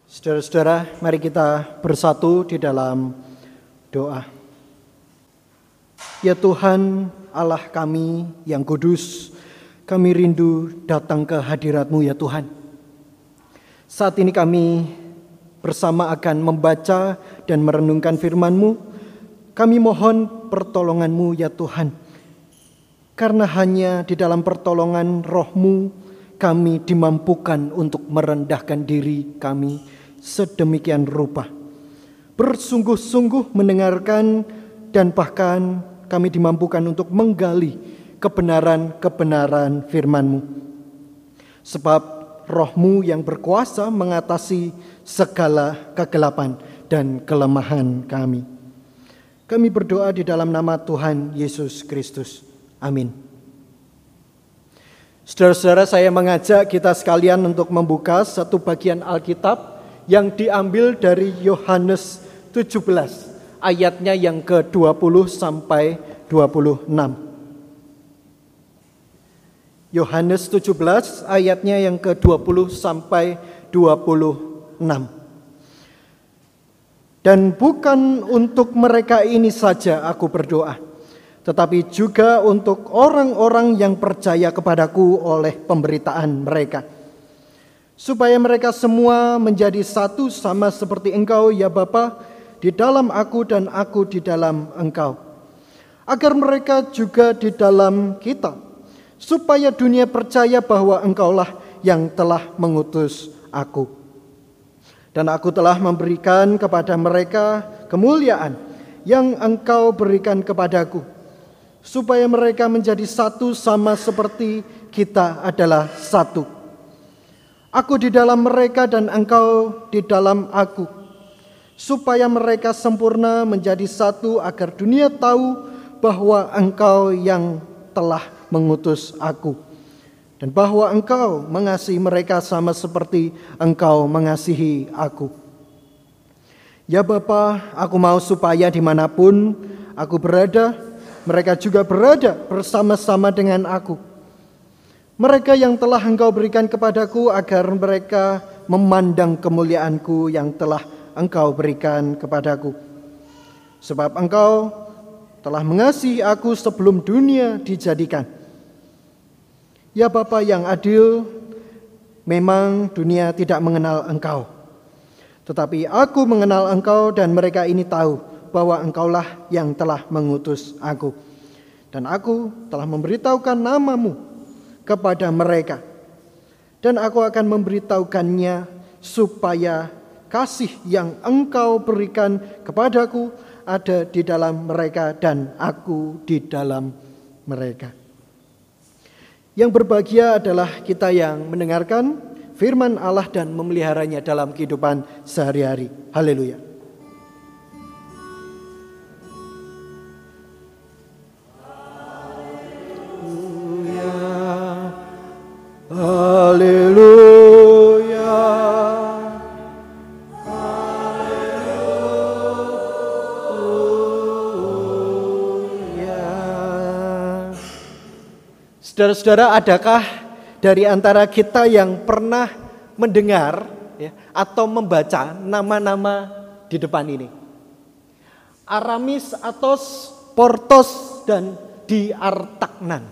Saudara-saudara, mari kita bersatu di dalam doa. Ya Tuhan, Allah kami yang kudus, kami rindu datang ke hadirat-Mu ya Tuhan. Saat ini kami bersama akan membaca dan merenungkan firman-Mu. Kami mohon pertolongan-Mu ya Tuhan. Karena hanya di dalam pertolongan Roh-Mu kami dimampukan untuk merendahkan diri kami sedemikian rupa, bersungguh-sungguh mendengarkan dan bahkan kami dimampukan untuk menggali kebenaran-kebenaran firman-Mu. Sebab Roh-Mu yang berkuasa mengatasi segala kegelapan dan kelemahan kami. Kami berdoa di dalam nama Tuhan Yesus Kristus. Amin. Saudara-saudara, saya mengajak kita sekalian untuk membuka satu bagian Alkitab yang diambil dari Yohanes 17, ayatnya yang ke-20 sampai 26. Yohanes 17, ayatnya yang ke-20 sampai 26. Dan bukan untuk mereka ini saja aku berdoa, tetapi juga untuk orang-orang yang percaya kepadaku oleh pemberitaan mereka, supaya mereka semua menjadi satu sama seperti Engkau ya Bapa, di dalam aku dan aku di dalam Engkau, agar mereka juga di dalam kita, supaya dunia percaya bahwa Engkaulah yang telah mengutus aku. Dan aku telah memberikan kepada mereka kemuliaan yang Engkau berikan kepadaku, supaya mereka menjadi satu sama seperti kita adalah satu. Aku di dalam mereka dan Engkau di dalam aku, supaya mereka sempurna menjadi satu, agar dunia tahu bahwa Engkau yang telah mengutus aku, dan bahwa Engkau mengasihi mereka sama seperti Engkau mengasihi aku. Ya Bapa, aku mau supaya dimanapun aku berada, mereka juga berada bersama-sama dengan aku. Mereka yang telah Engkau berikan kepadaku, agar mereka memandang kemuliaanku yang telah Engkau berikan kepadaku. Sebab Engkau telah mengasihi aku sebelum dunia dijadikan. Ya Bapa yang adil, memang dunia tidak mengenal Engkau, tetapi aku mengenal Engkau, dan mereka ini tahu bahwa Engkaulah yang telah mengutus aku. Dan aku telah memberitahukan nama-Mu kepada mereka, dan aku akan memberitahukannya, supaya kasih yang Engkau berikan kepadaku ada di dalam mereka dan aku di dalam mereka. Yang berbahagia adalah kita yang mendengarkan firman Allah dan memeliharanya dalam kehidupan sehari-hari. Haleluya. Haleluya, haleluya. Saudara-saudara, adakah dari antara kita yang pernah mendengar atau membaca nama-nama di depan ini? Aramis, Athos, Porthos, dan Diartagnan.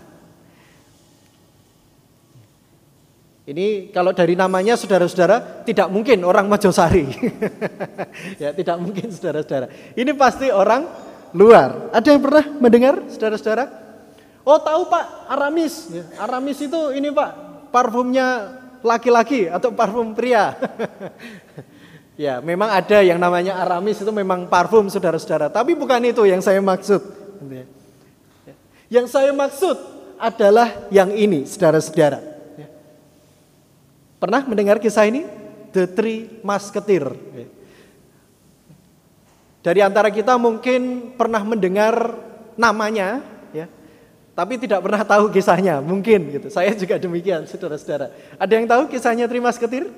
Ini kalau dari namanya saudara-saudara tidak mungkin orang Mojosari. Ya, tidak mungkin saudara-saudara. Ini pasti orang luar. Ada yang pernah mendengar saudara-saudara? Oh, tahu Pak, Aramis. Aramis itu ini Pak, parfumnya laki-laki atau parfum pria. Ya, memang ada yang namanya Aramis, itu memang parfum saudara-saudara. Tapi bukan itu yang saya maksud. Yang saya maksud adalah yang ini saudara-saudara. Pernah mendengar kisah ini? The Three Musketeers. Dari antara kita mungkin pernah mendengar namanya, ya, tapi tidak pernah tahu kisahnya, mungkin gitu. Saya juga demikian, saudara-saudara. Ada yang tahu kisahnya Three Musketeers?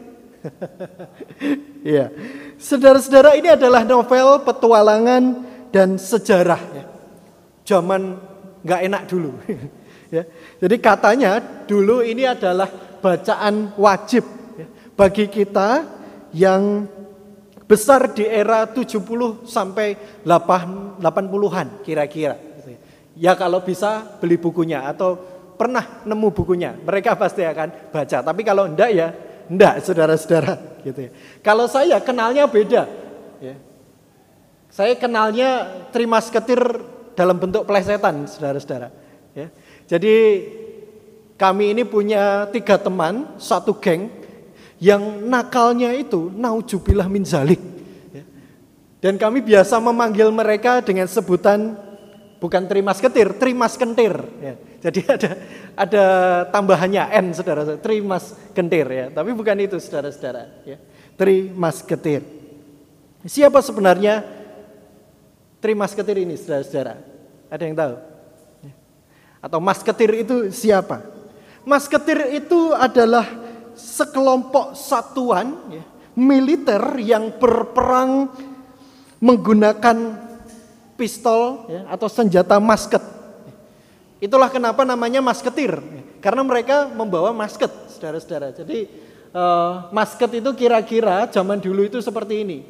Iya, saudara-saudara, ini adalah novel petualangan dan sejarah. Ya. Zaman nggak enak dulu. Ya. Jadi katanya dulu ini adalah bacaan wajib bagi kita yang besar di era 70 sampai 80-an kira-kira. Ya kalau bisa beli bukunya atau pernah nemu bukunya, mereka pasti akan baca. Tapi kalau enggak ya enggak, saudara-saudara. Gitu ya. Kalau saya kenalnya beda. Ya. Saya kenalnya Tri Masketir dalam bentuk plesetan, saudara-saudara. Ya. Jadi kami ini punya 3 teman, satu geng, yang nakalnya itu naujubillah min zalik. Ya. Dan kami biasa memanggil mereka dengan sebutan bukan Tri Masketir, Tri Maskentir. Ya. Jadi ada tambahannya N, saudara-saudara, Tri Maskentir ya. Tapi bukan itu, saudara-saudara. Ya. Tri Masketir. Siapa sebenarnya Tri Masketir ini, saudara-saudara? Ada yang tahu? Ya. Atau Masketir itu siapa? Masketir itu adalah sekelompok satuan ya, militer yang berperang menggunakan pistol ya, atau senjata masket. Itulah kenapa namanya masketir, karena mereka membawa masket, saudara-saudara. Jadi masket itu kira-kira zaman dulu itu seperti ini.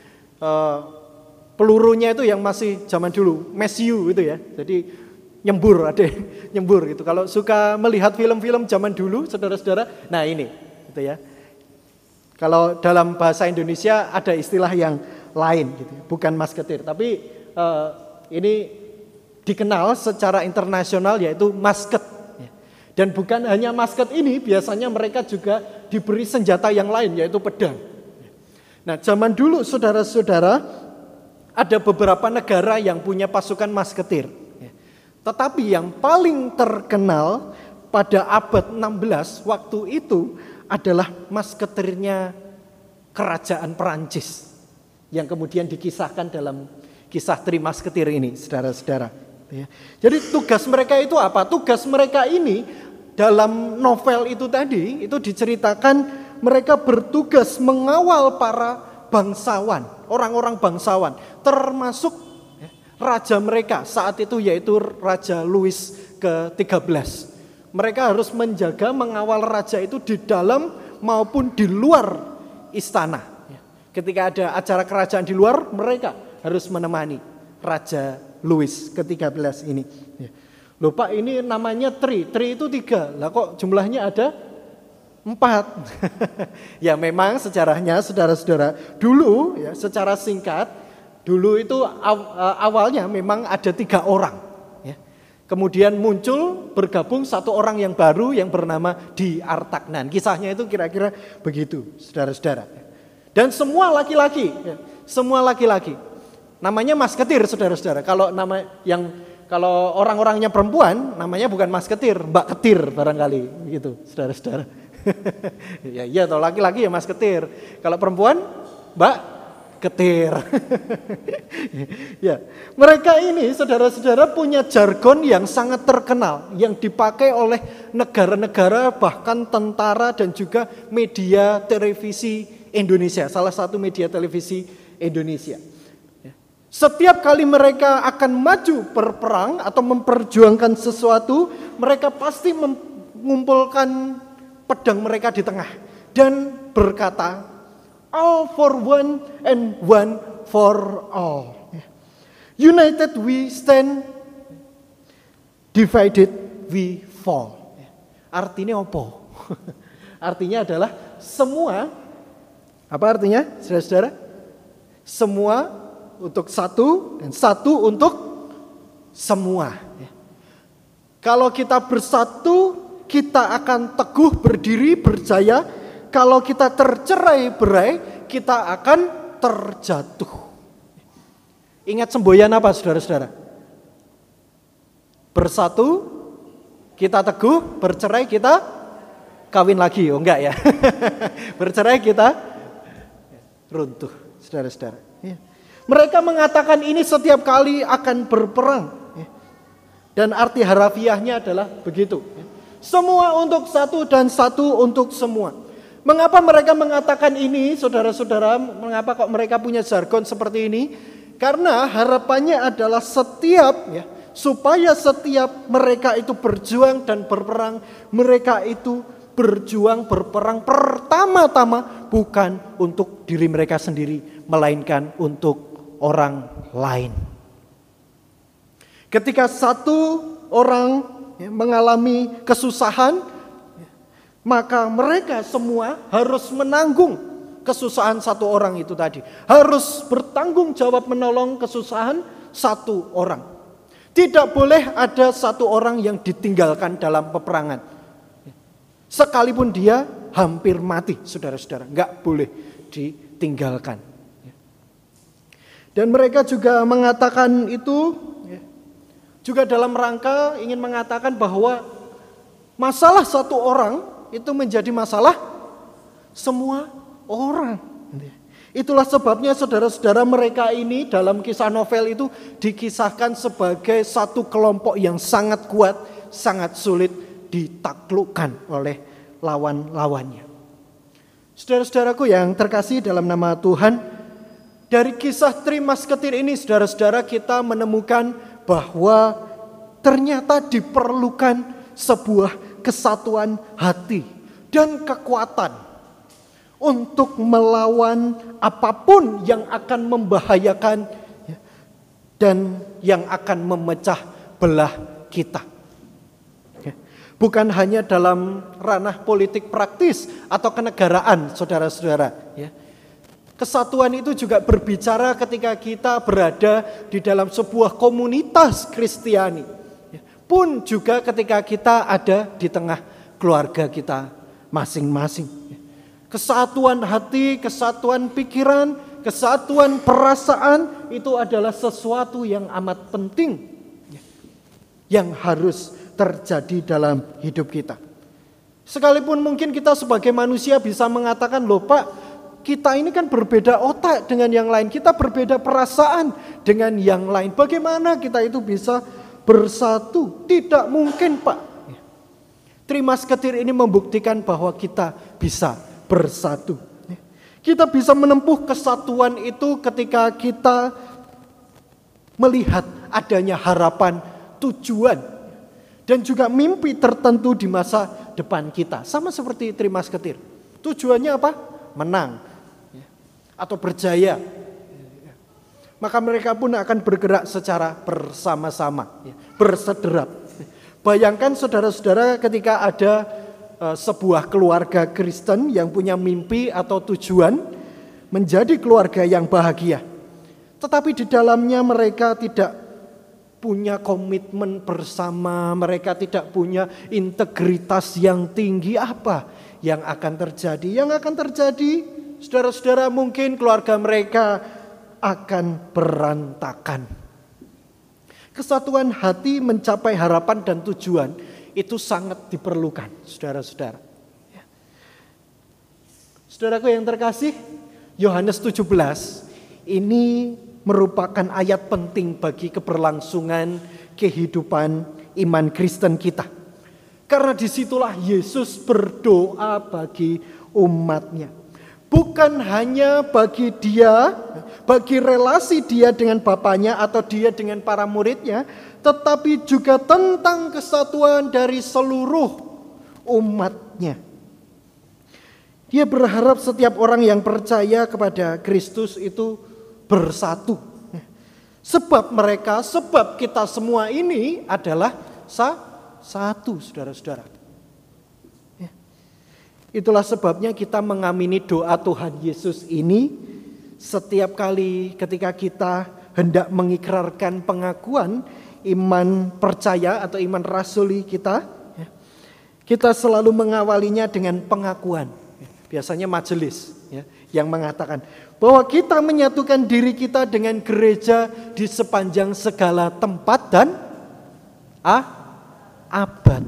Pelurunya itu yang masih zaman dulu, mesiu itu ya. Jadi nyembur, ada nyembur gitu. Kalau suka melihat film-film zaman dulu, saudara-saudara, nah ini, gitu ya. Kalau dalam bahasa Indonesia ada istilah yang lain, gitu, bukan masketir, tapi ini dikenal secara internasional yaitu masket. Dan bukan hanya masket ini, biasanya mereka juga diberi senjata yang lain yaitu pedang. Nah, zaman dulu, saudara-saudara, ada beberapa negara yang punya pasukan masketir. Tetapi yang paling terkenal pada abad 16 waktu itu adalah masketirnya kerajaan Perancis yang kemudian dikisahkan dalam kisah Tri Masketir ini, saudara-saudara. Jadi tugas mereka itu apa? Tugas mereka ini dalam novel itu tadi itu diceritakan mereka bertugas mengawal para bangsawan, orang-orang bangsawan, termasuk raja mereka saat itu yaitu Raja Louis ke-13. Mereka harus menjaga, mengawal raja itu di dalam maupun di luar istana. Ketika ada acara kerajaan di luar, mereka harus menemani Raja Louis ke-13 ini. Loh Pak, ini namanya Tri itu 3. Lah kok jumlahnya ada 4? Ya memang sejarahnya, saudara-saudara, dulu ya secara singkat, dulu itu awalnya memang ada 3 orang. Ya. Kemudian muncul bergabung 1 orang yang baru yang bernama Di Artagnan. Kisahnya itu kira-kira begitu, saudara-saudara. Dan semua laki-laki, ya, semua laki-laki. Namanya masketir, saudara-saudara. Kalau orang-orangnya perempuan, namanya bukan masketir, Mbak Ketir barangkali, gitu, saudara-saudara. Ya iya, kalau laki-laki ya masketir. Kalau perempuan, Mbak Ketir. Ya, mereka ini saudara-saudara punya jargon yang sangat terkenal yang dipakai oleh negara-negara bahkan tentara dan juga media televisi Indonesia, salah satu media televisi Indonesia. Setiap kali mereka akan maju berperang atau memperjuangkan sesuatu, mereka pasti mengumpulkan pedang mereka di tengah dan berkata, all for one and one for all. United we stand, divided we fall. Artinya apa? Artinya adalah semua, apa artinya saudara-saudara? Semua untuk satu dan satu untuk semua. Kalau kita bersatu, kita akan teguh berdiri berjaya. Kalau kita tercerai-berai, kita akan terjatuh. Ingat semboyan apa saudara-saudara? Bersatu, kita teguh, bercerai kita kawin lagi. Oh enggak ya. Bercerai kita runtuh, saudara-saudara. Mereka mengatakan ini setiap kali akan berperang. Dan arti harafiahnya adalah begitu. Semua untuk satu dan satu untuk semua. Mengapa mereka mengatakan ini, saudara-saudara? Mengapa kok mereka punya jargon seperti ini? Karena harapannya adalah supaya setiap mereka itu berjuang dan berperang, mereka itu berjuang, berperang pertama-tama bukan untuk diri mereka sendiri, melainkan untuk orang lain. Ketika satu orang mengalami kesusahan, maka mereka semua harus menanggung kesusahan satu orang itu tadi. Harus bertanggung jawab menolong kesusahan satu orang. Tidak boleh ada satu orang yang ditinggalkan dalam peperangan. Sekalipun dia hampir mati, saudara-saudara. Enggak boleh ditinggalkan. Dan mereka juga mengatakan itu, juga dalam rangka ingin mengatakan bahwa masalah satu orang itu menjadi masalah semua orang. Itulah sebabnya saudara-saudara, mereka ini dalam kisah novel itu dikisahkan sebagai satu kelompok yang sangat kuat, sangat sulit ditaklukkan oleh lawan-lawannya. Saudara-saudaraku yang terkasih dalam nama Tuhan, dari kisah Trimasketir ini saudara-saudara kita menemukan bahwa ternyata diperlukan sebuah kesatuan hati dan kekuatan untuk melawan apapun yang akan membahayakan dan yang akan memecah belah kita. Bukan hanya dalam ranah politik praktis atau kenegaraan, saudara-saudara. Kesatuan itu juga berbicara ketika kita berada di dalam sebuah komunitas Kristiani. Pun juga ketika kita ada di tengah keluarga kita masing-masing. Kesatuan hati, kesatuan pikiran, kesatuan perasaan itu adalah sesuatu yang amat penting yang harus terjadi dalam hidup kita. Sekalipun mungkin kita sebagai manusia bisa mengatakan, loh Pak, kita ini kan berbeda otak dengan yang lain, kita berbeda perasaan dengan yang lain. Bagaimana kita itu bisa bersatu? Tidak mungkin Pak. Trimasketir ini membuktikan bahwa kita bisa bersatu. Kita bisa menempuh kesatuan itu ketika kita melihat adanya harapan, tujuan, dan juga mimpi tertentu di masa depan kita. Sama seperti Trimasketir. Tujuannya apa? Menang atau berjaya. Maka mereka pun akan bergerak secara bersama-sama, bersederap. Bayangkan saudara-saudara ketika ada sebuah keluarga Kristen yang punya mimpi atau tujuan menjadi keluarga yang bahagia. Tetapi di dalamnya mereka tidak punya komitmen bersama, mereka tidak punya integritas yang tinggi. Apa yang akan terjadi? Yang akan terjadi, saudara-saudara, mungkin keluarga mereka akan berantakan. Kesatuan hati mencapai harapan dan tujuan itu sangat diperlukan, saudara-saudara. Saudaraku yang terkasih, Yohanes 17 ini merupakan ayat penting bagi keberlangsungan kehidupan iman Kristen kita. Karena disitulah Yesus berdoa bagi umatnya. Bukan hanya bagi dia, bagi relasi dia dengan Bapanya atau dia dengan para muridnya, tetapi juga tentang kesatuan dari seluruh umatnya. Dia berharap setiap orang yang percaya kepada Kristus itu bersatu. Sebab kita semua ini adalah satu, saudara-saudara. Itulah sebabnya kita mengamini doa Tuhan Yesus ini setiap kali ketika kita hendak mengikrarkan pengakuan iman percaya atau iman rasuli kita. Kita selalu mengawalinya dengan pengakuan. Biasanya majelis yang mengatakan bahwa kita menyatukan diri kita dengan gereja di sepanjang segala tempat dan abad.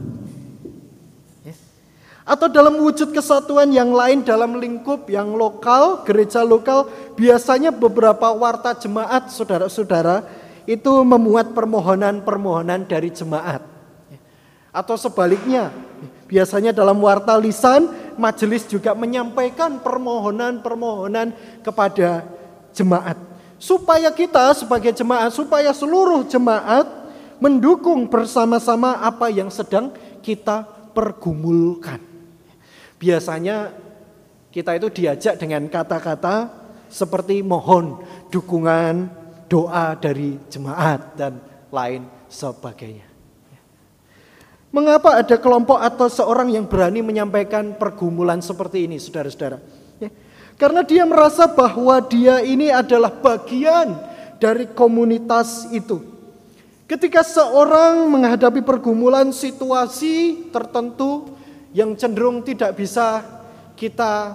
Atau dalam wujud kesatuan yang lain dalam lingkup yang lokal, gereja lokal, biasanya beberapa warta jemaat, saudara-saudara, itu memuat permohonan-permohonan dari jemaat. Atau sebaliknya, biasanya dalam warta lisan, majelis juga menyampaikan permohonan-permohonan kepada jemaat. Supaya kita sebagai jemaat, supaya seluruh jemaat mendukung bersama-sama apa yang sedang kita pergumulkan. biasanya kita itu diajak dengan kata-kata seperti mohon dukungan, doa dari jemaat dan lain sebagainya. Mengapa ada kelompok atau seorang yang berani menyampaikan pergumulan seperti ini, saudara-saudara? Karena dia merasa bahwa dia ini adalah bagian dari komunitas itu. Ketika seorang menghadapi pergumulan situasi tertentu yang cenderung tidak bisa kita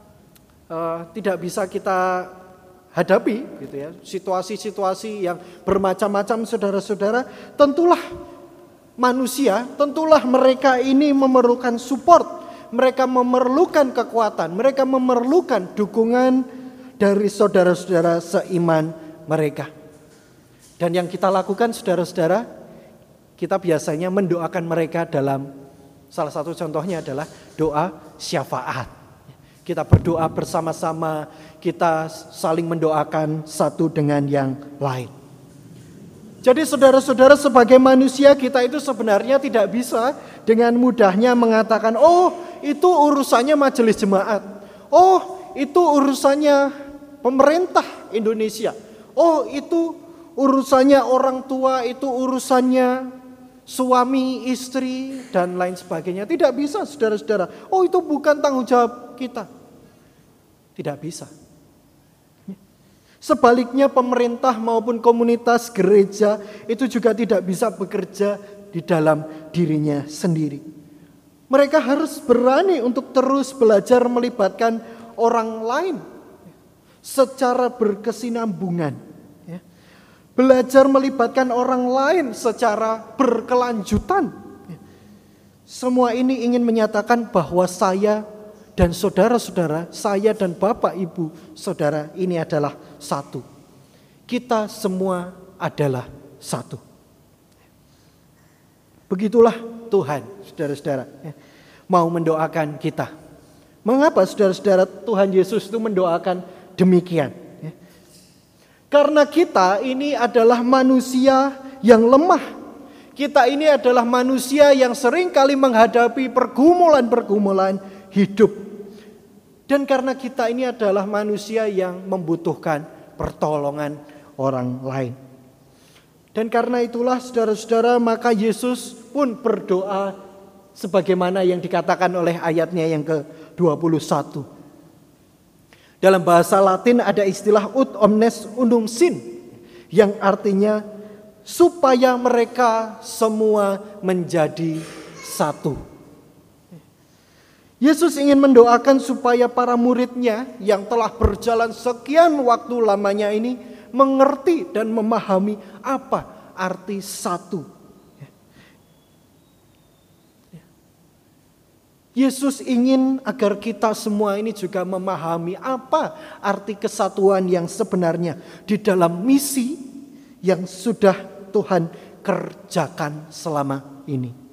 hadapi, gitu ya, situasi-situasi yang bermacam-macam, saudara-saudara, tentulah mereka ini memerlukan support, mereka memerlukan kekuatan, mereka memerlukan dukungan dari saudara-saudara seiman mereka. Dan yang kita lakukan, saudara-saudara, kita biasanya mendoakan mereka dalam, salah satu contohnya adalah doa syafaat. Kita berdoa bersama-sama, kita saling mendoakan satu dengan yang lain. Jadi saudara-saudara, sebagai manusia kita itu sebenarnya tidak bisa dengan mudahnya mengatakan, oh itu urusannya majelis jemaat, oh itu urusannya pemerintah Indonesia, oh itu urusannya orang tua, itu urusannya suami, istri, dan lain sebagainya. Tidak bisa, saudara-saudara. Oh itu bukan tanggung jawab kita. Tidak bisa. Sebaliknya pemerintah maupun komunitas gereja itu juga tidak bisa bekerja di dalam dirinya sendiri. Mereka harus berani untuk terus belajar melibatkan orang lain secara berkesinambungan. Belajar melibatkan orang lain secara berkelanjutan. Semua ini ingin menyatakan bahwa saya dan saudara-saudara, saya dan Bapak, Ibu, Saudara ini adalah satu. Kita semua adalah satu. Begitulah Tuhan, saudara-saudara, mau mendoakan kita. Mengapa, saudara-saudara, Tuhan Yesus itu mendoakan demikian? Karena kita ini adalah manusia yang lemah. Kita ini adalah manusia yang seringkali menghadapi pergumulan-pergumulan hidup. Dan karena kita ini adalah manusia yang membutuhkan pertolongan orang lain. Dan karena itulah, saudara-saudara, maka Yesus pun berdoa sebagaimana yang dikatakan oleh ayatnya yang ke-21. Dalam bahasa Latin ada istilah ut omnes unum sin, yang artinya supaya mereka semua menjadi satu. Yesus ingin mendoakan supaya para muridnya yang telah berjalan sekian waktu lamanya ini mengerti dan memahami apa arti satu. Yesus ingin agar kita semua ini juga memahami apa arti kesatuan yang sebenarnya di dalam misi yang sudah Tuhan kerjakan selama ini.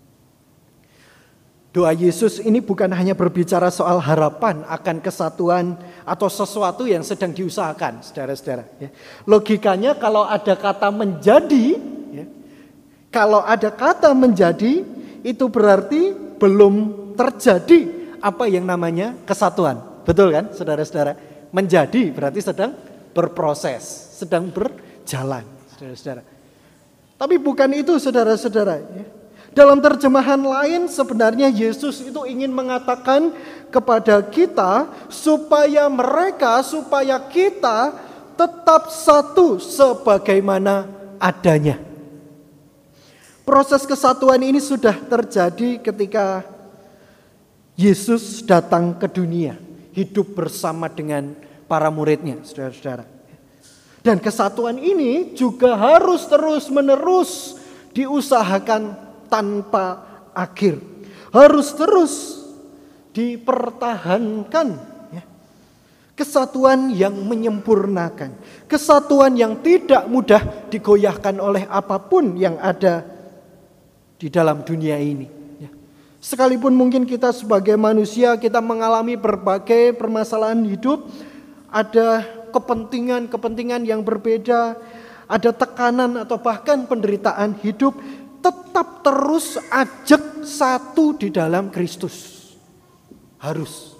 Doa Yesus ini bukan hanya berbicara soal harapan akan kesatuan atau sesuatu yang sedang diusahakan, saudara-saudara. Logikanya kalau ada kata menjadi, itu berarti belum terjadi apa yang namanya kesatuan. Betul kan, saudara-saudara? Menjadi berarti sedang berproses, sedang berjalan, saudara-saudara. Tapi bukan itu, saudara-saudara. Dalam terjemahan lain sebenarnya Yesus itu ingin mengatakan kepada kita supaya kita tetap satu sebagaimana adanya. Proses kesatuan ini sudah terjadi ketika Yesus datang ke dunia, hidup bersama dengan para muridnya, saudara-saudara. Dan kesatuan ini juga harus terus-menerus diusahakan tanpa akhir, harus terus dipertahankan. Kesatuan yang menyempurnakan, kesatuan yang tidak mudah digoyahkan oleh apapun yang ada di dalam dunia ini. Sekalipun mungkin kita sebagai manusia kita mengalami berbagai permasalahan hidup, ada kepentingan yang berbeda, ada tekanan atau bahkan penderitaan hidup, tetap terus ajak satu di dalam Kristus. Harus.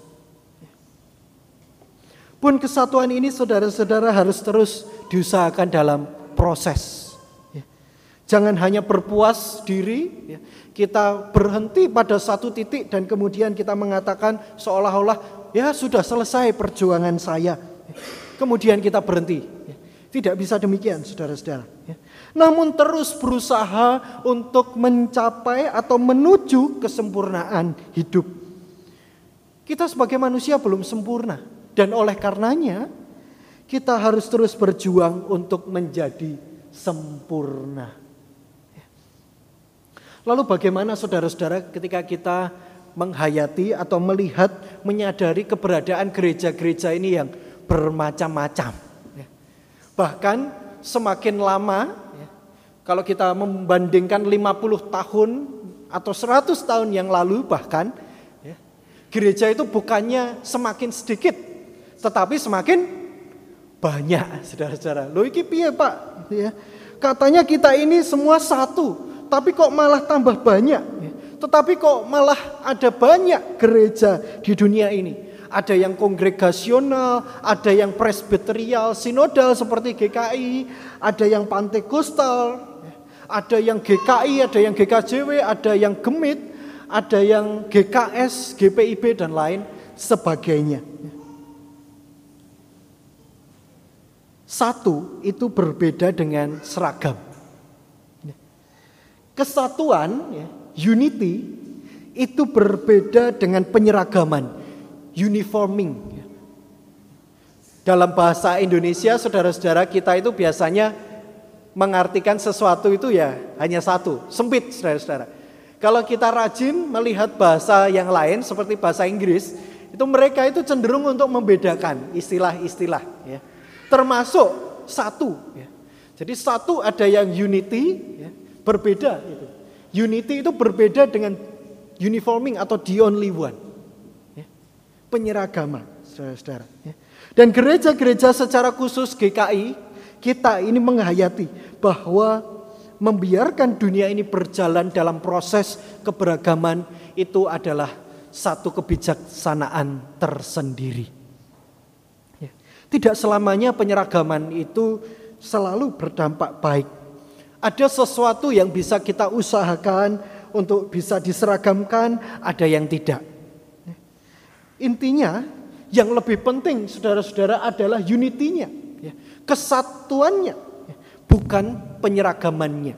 Pun kesatuan ini saudara-saudara harus terus diusahakan dalam proses. Jangan hanya berpuas diri, kita berhenti pada satu titik dan kemudian kita mengatakan seolah-olah ya sudah selesai perjuangan saya. Kemudian kita berhenti. Tidak bisa demikian saudara-saudara. Namun terus berusaha untuk mencapai atau menuju kesempurnaan hidup. Kita sebagai manusia belum sempurna. Dan oleh karenanya kita harus terus berjuang untuk menjadi sempurna. Lalu bagaimana saudara-saudara ketika kita menghayati atau melihat, menyadari keberadaan gereja-gereja ini yang bermacam-macam. Bahkan semakin lama, kalau kita membandingkan 50 tahun atau 100 tahun yang lalu bahkan, gereja itu bukannya semakin sedikit, tetapi semakin banyak, saudara-saudara. Loh iki piye Pak? Katanya kita ini semua satu, tapi kok malah tambah banyak. Tetapi kok malah ada banyak gereja di dunia ini. Ada yang kongregasional, ada yang presbyterial, sinodal seperti GKI, ada yang Pantekostal, ada yang GKI, ada yang GKJW, ada yang Gemit, ada yang GKS, GPIB dan lain sebagainya. Satu itu berbeda dengan seragam. Kesatuan, unity, itu berbeda dengan penyeragaman, uniforming. Dalam bahasa Indonesia, saudara-saudara, kita itu biasanya mengartikan sesuatu itu ya hanya satu, sempit, saudara-saudara. Kalau kita rajin melihat bahasa yang lain seperti bahasa Inggris, itu mereka itu cenderung untuk membedakan istilah-istilah, termasuk satu. Jadi satu ada yang unity, berbeda itu. Unity itu berbeda dengan uniforming atau the only one. Penyeragaman, saudara-saudara. Dan gereja-gereja secara khusus GKI, kita ini menghayati bahwa membiarkan dunia ini berjalan dalam proses keberagaman itu adalah satu kebijaksanaan tersendiri. Tidak selamanya penyeragaman itu selalu berdampak baik. Ada sesuatu yang bisa kita usahakan untuk bisa diseragamkan, ada yang tidak. Intinya yang lebih penting saudara-saudara adalah unity-nya, kesatuannya, bukan penyeragamannya.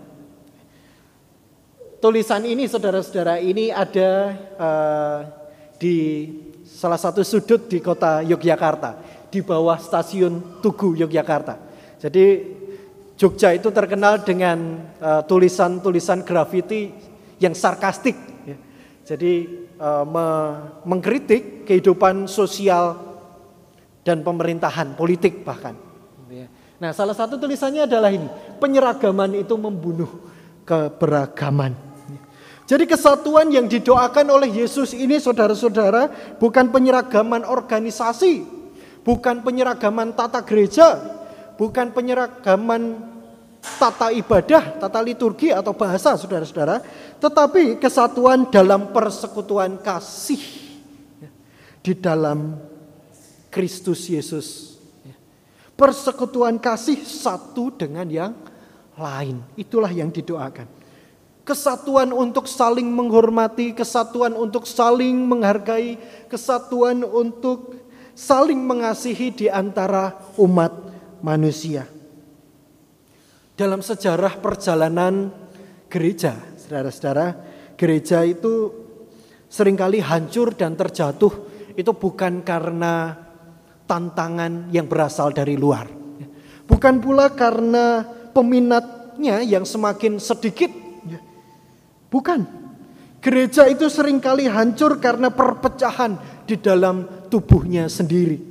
Tulisan ini saudara-saudara ini ada di salah satu sudut di kota Yogyakarta, di bawah stasiun Tugu Yogyakarta. Jadi Jogja itu terkenal dengan tulisan-tulisan grafiti yang sarkastik. Jadi mengkritik kehidupan sosial dan pemerintahan, politik bahkan. Nah, salah satu tulisannya adalah ini, penyeragaman itu membunuh keberagaman. Jadi kesatuan yang didoakan oleh Yesus ini saudara-saudara bukan penyeragaman organisasi, bukan penyeragaman tata gereja, bukan penyeragaman tata ibadah, tata liturgi atau bahasa saudara-saudara, tetapi kesatuan dalam persekutuan kasih di dalam Kristus Yesus. Persekutuan kasih satu dengan yang lain, itulah yang didoakan. Kesatuan untuk saling menghormati, kesatuan untuk saling menghargai, kesatuan untuk saling mengasihi di antara umat manusia. Dalam sejarah perjalanan gereja, saudara-saudara, gereja itu seringkali hancur dan terjatuh itu bukan karena tantangan yang berasal dari luar. Bukan pula karena peminatnya yang semakin sedikit. Bukan. Gereja itu seringkali hancur karena perpecahan di dalam tubuhnya sendiri.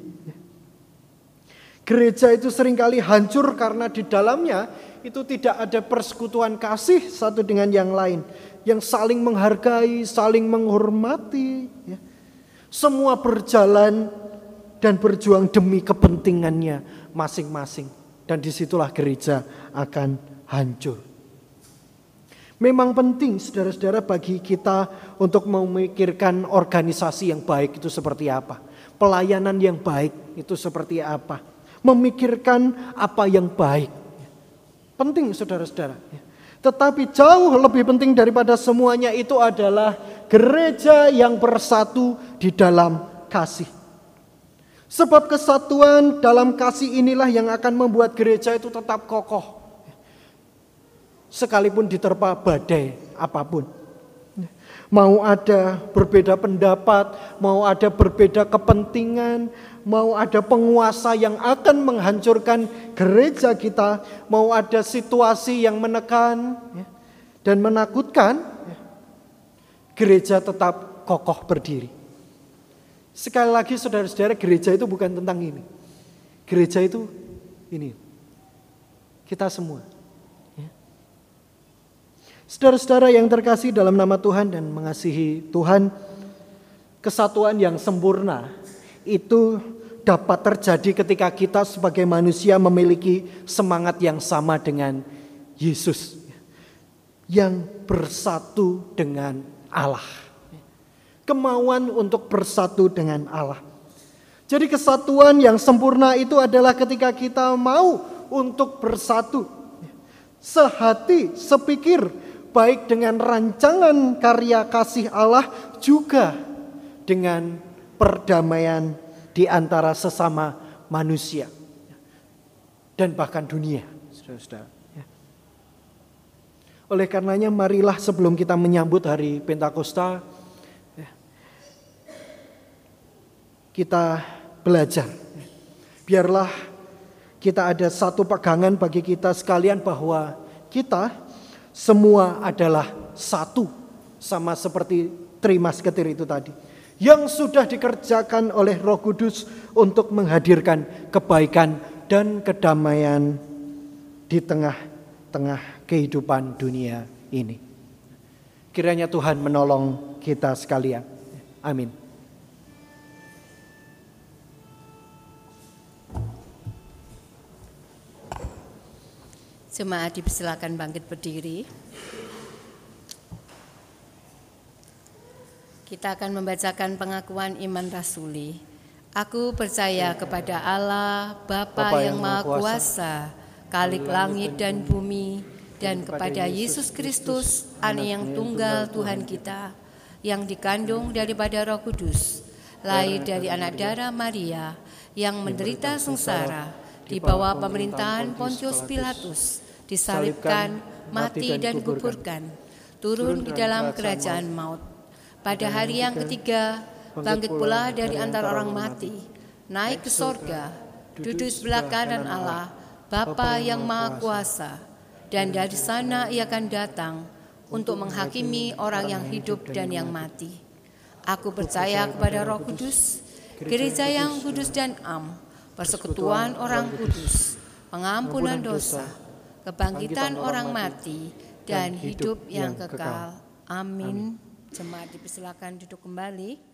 Gereja itu seringkali hancur karena di dalamnya itu tidak ada persekutuan kasih satu dengan yang lain. Yang saling menghargai, saling menghormati. Semua berjalan dan berjuang demi kepentingannya masing-masing. Dan disitulah gereja akan hancur. Memang penting saudara-saudara bagi kita untuk memikirkan organisasi yang baik itu seperti apa. Pelayanan yang baik itu seperti apa. Memikirkan apa yang baik. Penting saudara-saudara. Tetapi jauh lebih penting daripada semuanya itu adalah gereja yang bersatu di dalam kasih. Sebab kesatuan dalam kasih inilah yang akan membuat gereja itu tetap kokoh. Sekalipun diterpa badai apapun. Mau ada berbeda pendapat, mau ada berbeda kepentingan, mau ada penguasa yang akan menghancurkan gereja kita, mau ada situasi yang menekan dan menakutkan, gereja tetap kokoh berdiri. Sekali lagi saudara-saudara, gereja itu bukan tentang ini. Gereja itu ini. Kita semua. Saudara-saudara yang terkasih dalam nama Tuhan dan mengasihi Tuhan, kesatuan yang sempurna itu dapat terjadi ketika kita sebagai manusia memiliki semangat yang sama dengan Yesus, yang bersatu dengan Allah. Kemauan untuk bersatu dengan Allah. Jadi kesatuan yang sempurna itu adalah ketika kita mau untuk bersatu, sehati, sepikir, baik dengan rancangan karya kasih Allah juga dengan perdamaian di antara sesama manusia dan bahkan dunia, saudara-saudara. Oleh karenanya marilah sebelum kita menyambut hari Pentakosta, kita belajar. Biarlah kita ada satu pegangan bagi kita sekalian bahwa kita semua adalah satu, sama seperti Trimasketir itu tadi, yang sudah dikerjakan oleh Roh Kudus untuk menghadirkan kebaikan dan kedamaian di tengah-tengah kehidupan dunia ini. Kiranya Tuhan menolong kita sekalian. Amin. Jemaat dipersilakan bangkit berdiri. Kita akan membacakan pengakuan iman rasuli. Aku percaya kepada Allah, Bapa yang Maha Kuasa, Khalik langit dan bumi, dan kepada Yesus Kristus, Anak yang tunggal Tuhan kita, yang dikandung daripada Roh Kudus, lahir dari anak darah Maria, yang menderita sengsara di bawah pemerintahan Pontius Pilatus, disalibkan, mati dan dikuburkan, turun di dalam kerajaan maut. Pada hari yang ketiga, bangkit pula dari antara orang mati, naik ke sorga, duduk sebelah kanan Allah, Bapa yang Maha Kuasa, dan dari sana ia akan datang untuk menghakimi orang yang hidup dan yang mati. Aku percaya kepada Roh Kudus, gereja yang kudus dan am, persekutuan orang kudus, pengampunan dosa, kebangkitan orang mati, dan hidup yang kekal. Amin. Jemaat dipersilakan duduk kembali.